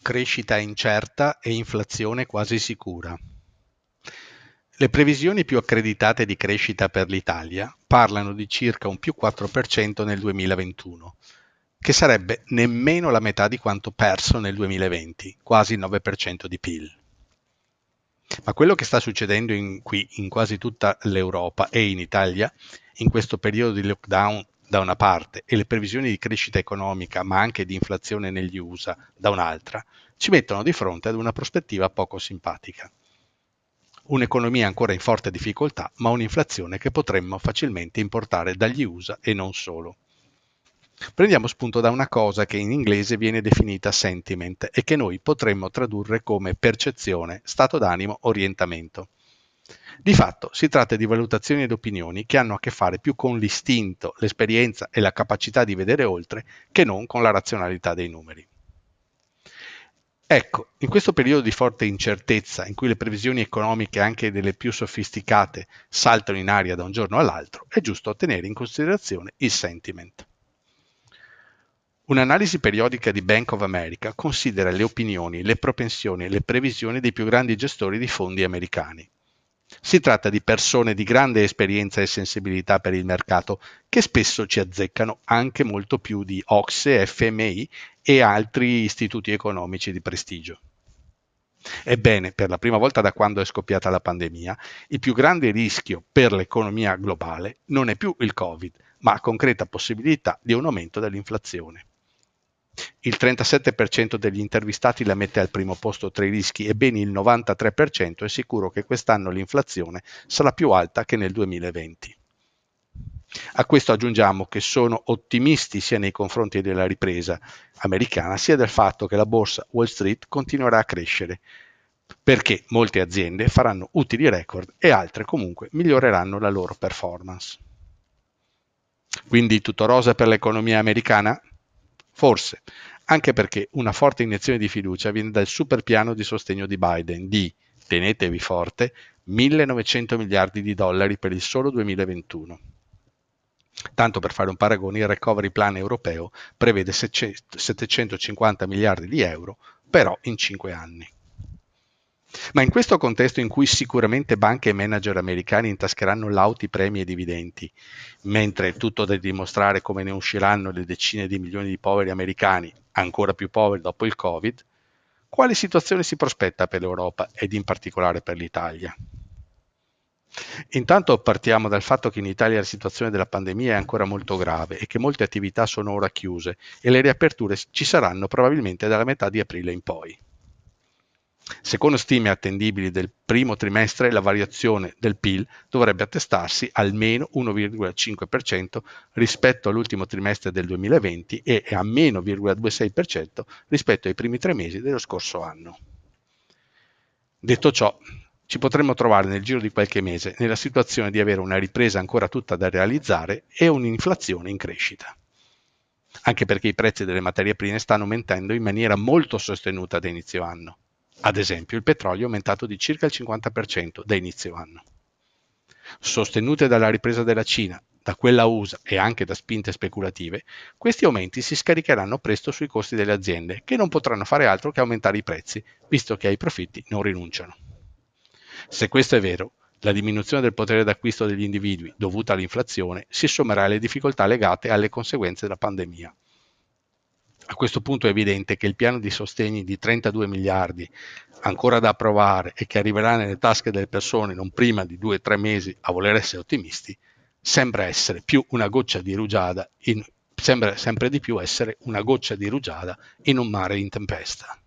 crescita incerta e inflazione quasi sicura. Le previsioni più accreditate di crescita per l'Italia parlano di circa un più 4% nel 2021, che sarebbe nemmeno la metà di quanto perso nel 2020, quasi il 9% di PIL. Ma quello che sta succedendo qui in quasi tutta l'Europa e in Italia, in questo periodo di lockdown da una parte e le previsioni di crescita economica, ma anche di inflazione negli USA da un'altra, ci mettono di fronte ad una prospettiva poco simpatica. Un'economia ancora in forte difficoltà, ma un'inflazione che potremmo facilmente importare dagli USA e non solo. Prendiamo spunto da una cosa che in inglese viene definita sentiment e che noi potremmo tradurre come percezione, stato d'animo, orientamento. Di fatto si tratta di valutazioni ed opinioni che hanno a che fare più con l'istinto, l'esperienza e la capacità di vedere oltre che non con la razionalità dei numeri. Ecco, in questo periodo di forte incertezza, in cui le previsioni economiche anche delle più sofisticate saltano in aria da un giorno all'altro, è giusto tenere in considerazione il sentiment. Un'analisi periodica di Bank of America considera le opinioni, le propensioni e le previsioni dei più grandi gestori di fondi americani. Si tratta di persone di grande esperienza e sensibilità per il mercato che spesso ci azzeccano anche molto più di OCSE, FMI e altri istituti economici di prestigio. Ebbene, per la prima volta da quando è scoppiata la pandemia, il più grande rischio per l'economia globale non è più il Covid, ma la concreta possibilità di un aumento dell'inflazione. Il 37% degli intervistati la mette al primo posto tra i rischi e ben il 93% è sicuro che quest'anno l'inflazione sarà più alta che nel 2020. A questo aggiungiamo che sono ottimisti sia nei confronti della ripresa americana sia del fatto che la borsa Wall Street continuerà a crescere, perché molte aziende faranno utili record e altre comunque miglioreranno la loro performance. Quindi tutto rosa per l'economia americana? Forse, anche perché una forte iniezione di fiducia viene dal super piano di sostegno di Biden di, tenetevi forte, 1.900 miliardi di dollari per il solo 2021. Tanto per fare un paragone, il Recovery Plan europeo prevede 750 miliardi di euro, però in 5 anni. Ma in questo contesto in cui sicuramente banche e manager americani intascheranno lauti premi e dividendi, mentre è tutto da dimostrare come ne usciranno le decine di milioni di poveri americani, ancora più poveri dopo il Covid, quale situazione si prospetta per l'Europa ed in particolare per l'Italia? Intanto partiamo dal fatto che in Italia la situazione della pandemia è ancora molto grave e che molte attività sono ora chiuse e le riaperture ci saranno probabilmente dalla metà di aprile in poi. Secondo stime attendibili del primo trimestre, la variazione del PIL dovrebbe attestarsi almeno 1,5% rispetto all'ultimo trimestre del 2020 e a meno 0,26% rispetto ai primi 3 mesi dello scorso anno. Detto ciò, ci potremmo trovare nel giro di qualche mese nella situazione di avere una ripresa ancora tutta da realizzare e un'inflazione in crescita. Anche perché i prezzi delle materie prime stanno aumentando in maniera molto sostenuta da inizio anno. Ad esempio, il petrolio è aumentato di circa il 50% da inizio anno. Sostenute dalla ripresa della Cina, da quella USA e anche da spinte speculative, questi aumenti si scaricheranno presto sui costi delle aziende, che non potranno fare altro che aumentare i prezzi, visto che ai profitti non rinunciano. Se questo è vero, la diminuzione del potere d'acquisto degli individui dovuta all'inflazione si sommerà alle difficoltà legate alle conseguenze della pandemia. A questo punto è evidente che il piano di sostegni di 32 miliardi ancora da approvare e che arriverà nelle tasche delle persone non prima di 2-3 mesi a voler essere ottimisti, sembra essere più una goccia di rugiada sembra sempre di più essere una goccia di rugiada in un mare in tempesta.